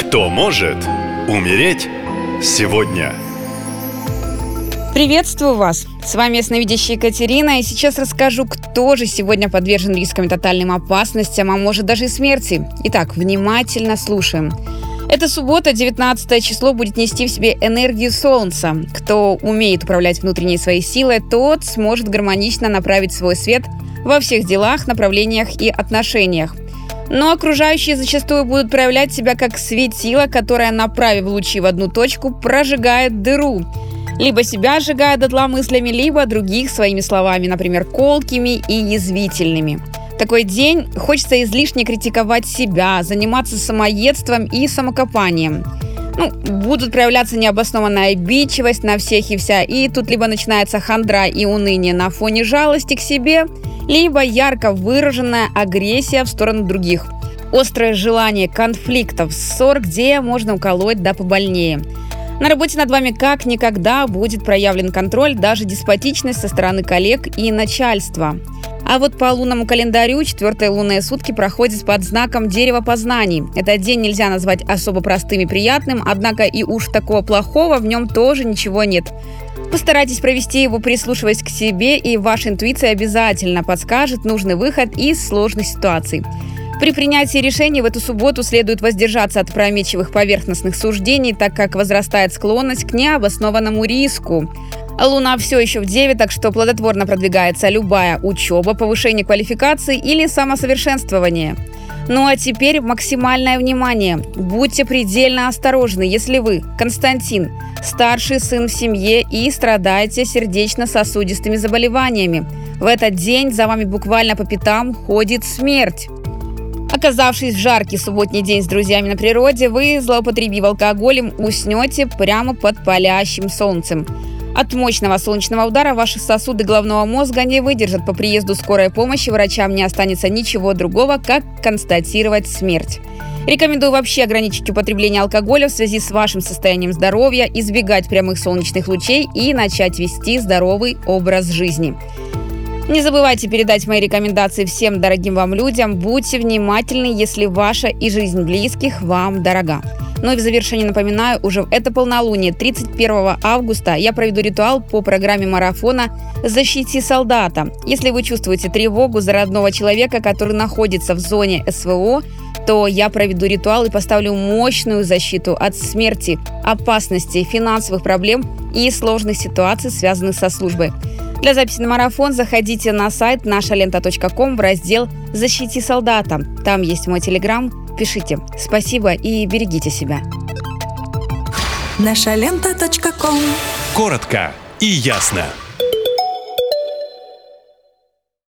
Кто может умереть сегодня? Приветствую вас! С вами ясновидящая Екатерина, и сейчас расскажу, кто же сегодня подвержен рискам и тотальным опасностям, а может даже и смерти. Итак, внимательно слушаем. Эта суббота, 19 число, будет нести в себе энергию Солнца. Кто умеет управлять внутренней своей силой, тот сможет гармонично направить свой свет во всех делах, направлениях и отношениях. Но окружающие зачастую будут проявлять себя как светило, которое, направив лучи в одну точку, прожигает дыру. Либо себя сжигая дотла мыслями, либо других своими словами, например, колкими и язвительными. В такой день хочется излишне критиковать себя, заниматься самоедством и самокопанием. Будут проявляться необоснованная обидчивость на всех и вся, и тут либо начинается хандра и уныние на фоне жалости к себе, либо ярко выраженная агрессия в сторону других. Острое желание конфликтов, ссор, где можно уколоть да побольнее. На работе над вами как никогда будет проявлен контроль, даже деспотичность со стороны коллег и начальства. А вот по лунному календарю 4-е лунные сутки проходят под знаком дерева познаний. Этот день нельзя назвать особо простым и приятным, однако и уж такого плохого в нем тоже ничего нет. Постарайтесь провести его, прислушиваясь к себе, и ваша интуиция обязательно подскажет нужный выход из сложных ситуаций. При принятии решений в эту субботу следует воздержаться от опрометчивых поверхностных суждений, так как возрастает склонность к необоснованному риску. Луна все еще в Деве, так что плодотворно продвигается любая учеба, повышение квалификации или самосовершенствование. Ну а теперь максимальное внимание. Будьте предельно осторожны, если вы, Константин, старший сын в семье и страдаете сердечно-сосудистыми заболеваниями. В этот день за вами буквально по пятам ходит смерть. Оказавшись в жаркий субботний день с друзьями на природе, вы, злоупотребив алкоголем, уснете прямо под палящим солнцем. От мощного солнечного удара ваши сосуды головного мозга не выдержат. По приезду скорой помощи врачам не останется ничего другого, как констатировать смерть. Рекомендую вообще ограничить употребление алкоголя в связи с вашим состоянием здоровья, избегать прямых солнечных лучей и начать вести здоровый образ жизни. Не забывайте передать мои рекомендации всем дорогим вам людям. Будьте внимательны, если ваша и жизнь близких вам дорога. Ну и в завершение напоминаю, уже в это полнолуние, 31 августа, я проведу ритуал по программе марафона «Защити солдата». Если вы чувствуете тревогу за родного человека, который находится в зоне СВО, то я проведу ритуал и поставлю мощную защиту от смерти, опасностей, финансовых проблем и сложных ситуаций, связанных со службой. Для записи на марафон заходите на сайт нашалента.ком в раздел «Защити солдата». Там есть мой телеграм. Пишите. Спасибо и берегите себя. Нашалента.ком. Коротко и ясно.